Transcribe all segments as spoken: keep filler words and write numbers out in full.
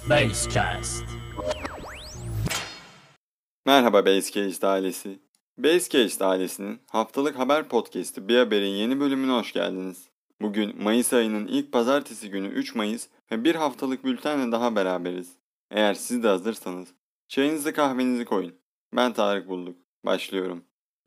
Basecast. Merhaba Basecast ailesi. Basecast ailesinin haftalık haber podcast'i Bir Haber'in yeni bölümüne hoş geldiniz. Bugün Mayıs ayının ilk pazartesi günü üç Mayıs ve bir haftalık bültenle daha beraberiz. Eğer siz de hazırsanız çayınızı kahvenizi koyun. Ben Tarık Bulduk. Başlıyorum.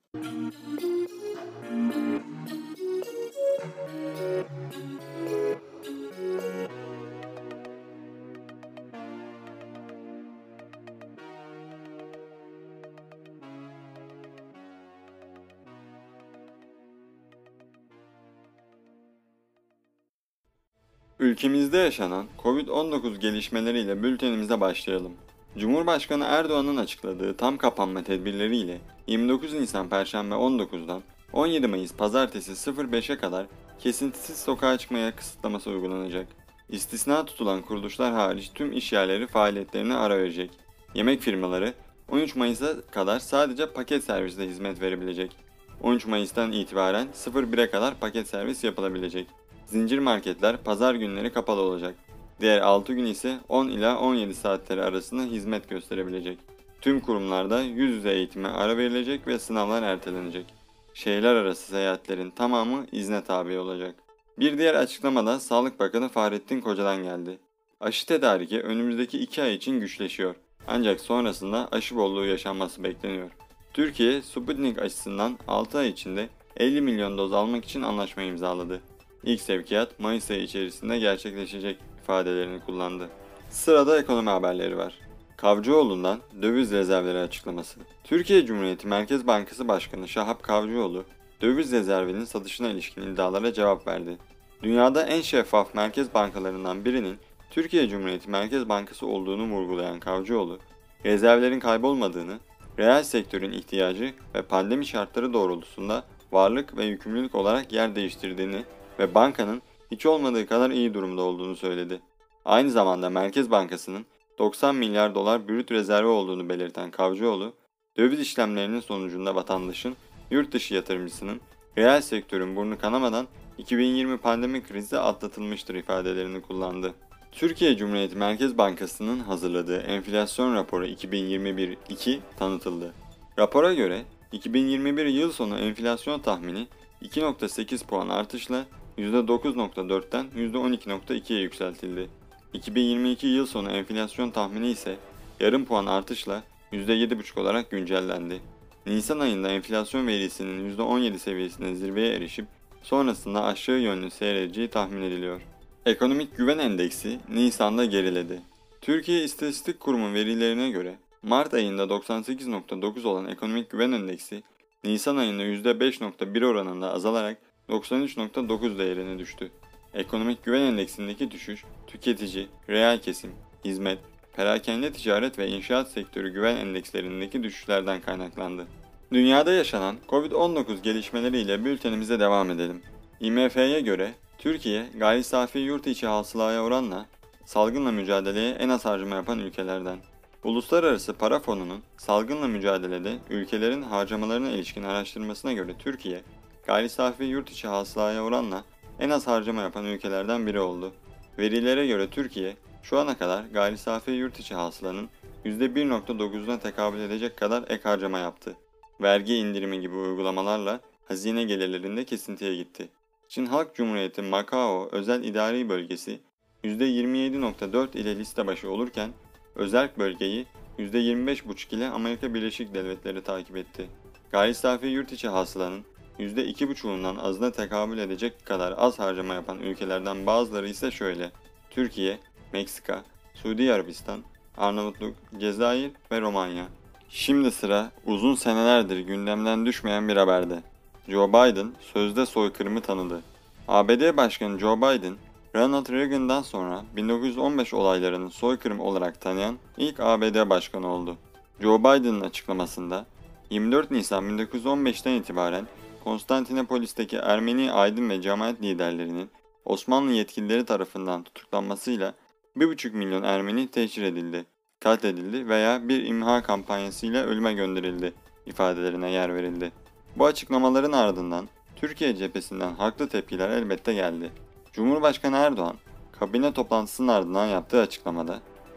Ülkemizde yaşanan kovid on dokuz gelişmeleriyle bültenimize başlayalım. Cumhurbaşkanı Erdoğan'ın açıkladığı tam kapanma tedbirleriyle yirmi dokuz Nisan Perşembe on dokuzdan on yedi Mayıs Pazartesi sıfır beşe kadar kesintisiz sokağa çıkmaya kısıtlaması uygulanacak. İstisna tutulan kuruluşlar hariç tüm işyerleri faaliyetlerine ara verecek. Yemek firmaları on üç Mayıs'a kadar sadece paket servisle hizmet verebilecek. on üç Mayıs'tan itibaren sıfır bire kadar paket servis yapılabilecek. Zincir marketler pazar günleri kapalı olacak. Diğer altı gün ise on ila on yedi saatleri arasında hizmet gösterebilecek. Tüm kurumlarda yüz yüze eğitime ara verilecek ve sınavlar ertelenecek. Şehirler arası seyahatlerin tamamı izne tabi olacak. Bir diğer açıklamada Sağlık Bakanı Fahrettin Koca'dan geldi. Aşı tedariki önümüzdeki iki ay için güçleşiyor. Ancak sonrasında aşı bolluğu yaşanması bekleniyor. Türkiye, Sputnik aşısından altı ay içinde elli milyon doz almak için anlaşma imzaladı. İlk sevkiyat Mayıs ayı içerisinde gerçekleşecek ifadelerini kullandı. Sırada ekonomi haberleri var. Kavcıoğlu'ndan döviz rezervleri açıklaması. Türkiye Cumhuriyeti Merkez Bankası Başkanı Şahap Kavcıoğlu, döviz rezervinin satışına ilişkin iddialara cevap verdi. Dünyada en şeffaf merkez bankalarından birinin Türkiye Cumhuriyeti Merkez Bankası olduğunu vurgulayan Kavcıoğlu, rezervlerin kaybolmadığını, reel sektörün ihtiyacı ve pandemi şartları doğrultusunda varlık ve yükümlülük olarak yer değiştirdiğini ve bankanın hiç olmadığı kadar iyi durumda olduğunu söyledi. Aynı zamanda Merkez Bankası'nın doksan milyar dolar brüt rezervi olduğunu belirten Kavcıoğlu, döviz işlemlerinin sonucunda vatandaşın, yurt dışı yatırımcısının, reel sektörün burnu kanamadan iki bin yirmi pandemi krizi atlatılmıştır ifadelerini kullandı. Türkiye Cumhuriyeti Merkez Bankası'nın hazırladığı enflasyon raporu iki bin yirmi bir iki tanıtıldı. Rapora göre iki bin yirmi bir yıl sonu enflasyon tahmini iki virgül sekiz puan artışla yüzde dokuz virgül dörtten yüzde on iki virgül ikiye yükseltildi. iki bin yirmi iki yıl sonu enflasyon tahmini ise yarım puan artışla yüzde yedi virgül beş olarak güncellendi. Nisan ayında enflasyon verisinin yüzde on yedi seviyesine zirveye erişip sonrasında aşağı yönlü seyredeceği tahmin ediliyor. Ekonomik Güven Endeksi Nisan'da geriledi. Türkiye İstatistik Kurumu verilerine göre Mart ayında doksan sekiz virgül dokuz olan Ekonomik Güven Endeksi Nisan ayında yüzde beş virgül bir oranında azalarak doksan üç virgül dokuz değerine düştü. Ekonomik Güven Endeksindeki düşüş, tüketici, reel kesim, hizmet, perakende ticaret ve inşaat sektörü güven endekslerindeki düşüşlerden kaynaklandı. Dünyada yaşanan kovid on dokuz gelişmeleriyle bültenimize devam edelim. I M F'ye göre Türkiye, gayri safi yurt içi hasılaya oranla salgınla mücadeleye en az harcama yapan ülkelerden. Uluslararası Para Fonu'nun salgınla mücadelede ülkelerin harcamalarına ilişkin araştırmasına göre Türkiye, gayri safi yurt içi hasılaya oranla en az harcama yapan ülkelerden biri oldu. Verilere göre Türkiye, şu ana kadar gayri safi yurt içi hasılanın yüzde bir virgül dokuzuna tekabül edecek kadar ek harcama yaptı. Vergi indirimi gibi uygulamalarla hazine gelirlerinde kesintiye gitti. Çin Halk Cumhuriyeti Macao Özel İdari Bölgesi yüzde yirmi yedi virgül dört ile liste başı olurken, özerk bölgeyi yüzde yirmi beş virgül beş ile Amerika Birleşik Devletleri takip etti. Gayri safi yurt içi hasılanın yüzde iki virgül beş'undan azına tekabül edecek kadar az harcama yapan ülkelerden bazıları ise şöyle: Türkiye, Meksika, Suudi Arabistan, Arnavutluk, Cezayir ve Romanya. Şimdi sıra uzun senelerdir gündemden düşmeyen bir haberde. Joe Biden sözde soykırımı tanıdı. A B D Başkanı Joe Biden, Ronald Reagan'dan sonra bin dokuz yüz on beş olaylarını soykırım olarak tanıyan ilk A B D Başkanı oldu. Joe Biden'ın açıklamasında, yirmi dört Nisan bin dokuz yüz on beş'ten itibaren Konstantinopolis'teki Ermeni aydın ve cemaat liderlerinin Osmanlı yetkilileri tarafından tutuklanmasıyla bir buçuk milyon Ermeni tehcir edildi, katledildi veya bir imha kampanyasıyla ölüme gönderildi ifadelerine yer verildi. Bu açıklamaların ardından Türkiye cephesinden haklı tepkiler elbette geldi. Cumhurbaşkanı Erdoğan, kabine toplantısının ardından yaptığı açıklamada,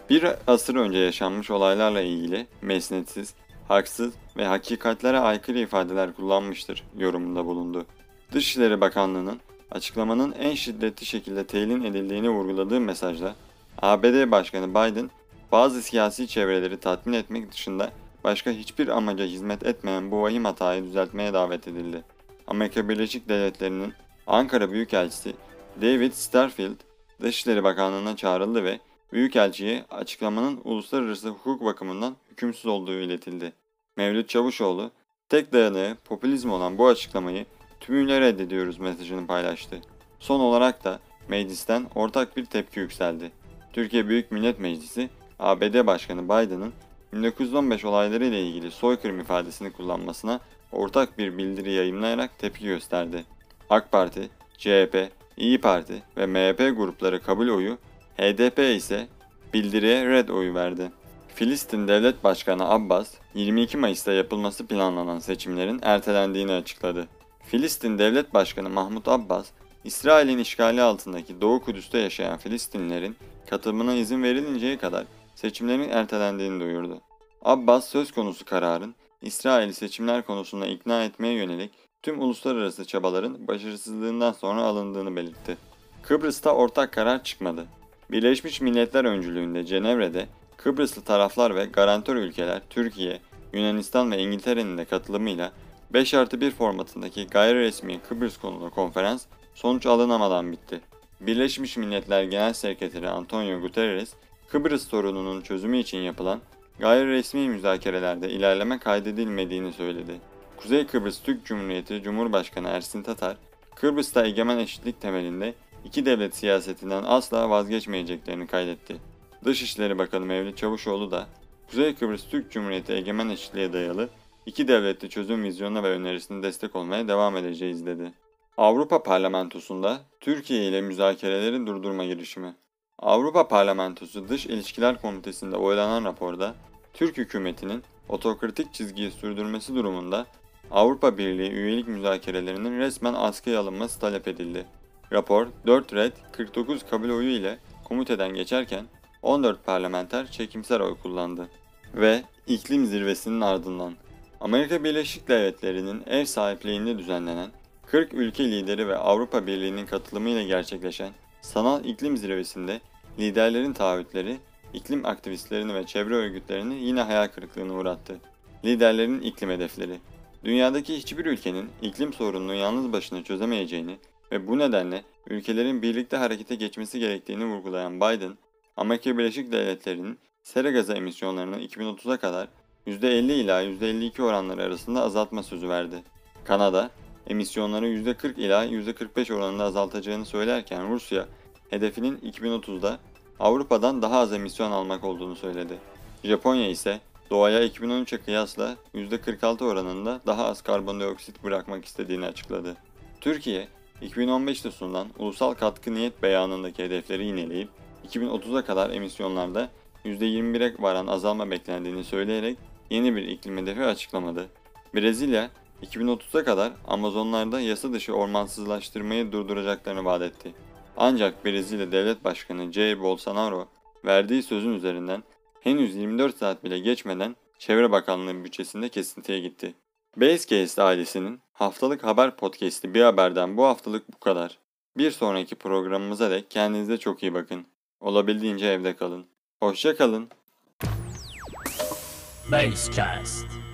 Bir asır önce yaşanmış olaylarla ilgili mesnetsiz, haksız ve hakikatlere aykırı ifadeler kullanmıştır yorumunda bulundu. Dışişleri Bakanlığı'nın açıklamanın en şiddetli şekilde telin edildiğini vurguladığı mesajda A B D Başkanı Biden bazı siyasi çevreleri tatmin etmek dışında başka hiçbir amaca hizmet etmeyen bu vahim hatayı düzeltmeye davet edildi. Amerika Birleşik Devletleri'nin Ankara Büyükelçisi David Starfield, Dışişleri Bakanlığı'na çağrıldı ve Büyükelçiye açıklamanın uluslararası hukuk bakımından hükümsüz olduğu iletildi. Mevlüt Çavuşoğlu, tek dayanığı popülizm olan bu açıklamayı tümüyle reddediyoruz mesajını paylaştı. Son olarak da meclisten ortak bir tepki yükseldi. Türkiye Büyük Millet Meclisi, A B D Başkanı Biden'ın bin dokuz yüz on beş olayları ile ilgili soykırım ifadesini kullanmasına ortak bir bildiri yayımlayarak tepki gösterdi. AK Parti, C H P, İyi Parti ve M H P grupları kabul oyu, H D P ise bildiriye red oyu verdi. Filistin Devlet Başkanı Abbas, yirmi iki Mayıs'ta yapılması planlanan seçimlerin ertelendiğini açıkladı. Filistin Devlet Başkanı Mahmut Abbas, İsrail'in işgali altındaki Doğu Kudüs'te yaşayan Filistinlilerin katılımına izin verilinceye kadar seçimlerin ertelendiğini duyurdu. Abbas söz konusu kararın İsrail'i seçimler konusunda ikna etmeye yönelik tüm uluslararası çabaların başarısızlığından sonra alındığını belirtti. Kıbrıs'ta ortak karar çıkmadı. Birleşmiş Milletler öncülüğünde Cenevre'de Kıbrıslı taraflar ve garantör ülkeler Türkiye, Yunanistan ve İngiltere'nin de katılımıyla beş artı bir formatındaki gayri resmi Kıbrıs konulu konferans sonuç alınamadan bitti. Birleşmiş Milletler Genel Sekreteri Antonio Guterres, Kıbrıs sorununun çözümü için yapılan gayri resmi müzakerelerde ilerleme kaydedilmediğini söyledi. Kuzey Kıbrıs Türk Cumhuriyeti Cumhurbaşkanı Ersin Tatar, Kıbrıs'ta egemen eşitlik temelinde iki devlet siyasetinden asla vazgeçmeyeceklerini kaydetti. Dışişleri Bakanı Mevlüt Çavuşoğlu da Kuzey Kıbrıs Türk Cumhuriyeti egemen eşitliğe dayalı iki devletli çözüm vizyonuna ve önerisine destek olmaya devam edeceğiz dedi. Avrupa Parlamentosu'nda Türkiye ile müzakerelerin durdurma girişimi. Avrupa Parlamentosu Dış İlişkiler Komitesi'nde oylanan raporda Türk hükümetinin otokratik çizgiyi sürdürmesi durumunda Avrupa Birliği üyelik müzakerelerinin resmen askıya alınması talep edildi. Rapor dört red, kırk dokuz kabul oyu ile komiteden geçerken on dört parlamenter çekimser oy kullandı. Ve iklim zirvesinin ardından Amerika Birleşik Devletleri'nin ev sahipliğinde düzenlenen kırk ülke lideri ve Avrupa Birliği'nin katılımıyla gerçekleşen sanal iklim zirvesinde liderlerin taahhütleri iklim aktivistlerini ve çevre örgütlerini yine hayal kırıklığına uğrattı. Liderlerin iklim hedefleri. Dünyadaki hiçbir ülkenin iklim sorununu yalnız başına çözemeyeceğini ve bu nedenle ülkelerin birlikte harekete geçmesi gerektiğini vurgulayan Biden, Amerika Birleşik Devletleri'nin sera gazı emisyonlarını iki bin otuza kadar yüzde elli ila yüzde elli iki oranları arasında azaltma sözü verdi. Kanada, emisyonları yüzde kırk ila yüzde kırk beş oranında azaltacağını söylerken Rusya, hedefinin iki bin otuzda Avrupa'dan daha az emisyon almak olduğunu söyledi. Japonya ise doğaya iki bin on üçe kıyasla yüzde kırk altı oranında daha az karbondioksit bırakmak istediğini açıkladı. Türkiye, iki bin on beşte sunulan Ulusal Katkı Niyet Beyanı'ndaki hedefleri yineleyip iki bin otuza kadar emisyonlarda yüzde yirmi bire varan azalma beklendiğini söyleyerek yeni bir iklim hedefi açıklamadı. Brezilya, iki bin otuza kadar Amazonlarda yasa dışı ormansızlaştırmayı durduracaklarını vaat etti. Ancak Brezilya Devlet Başkanı Jair Bolsonaro verdiği sözün üzerinden henüz yirmi dört saat bile geçmeden Çevre Bakanlığı bütçesinde kesintiye gitti. Basecast ailesinin haftalık haber podcast'i Bir Haber'den bu haftalık bu kadar. Bir sonraki programımıza dek kendinize çok iyi bakın. Olabildiğince evde kalın. Hoşça kalın. Basecast.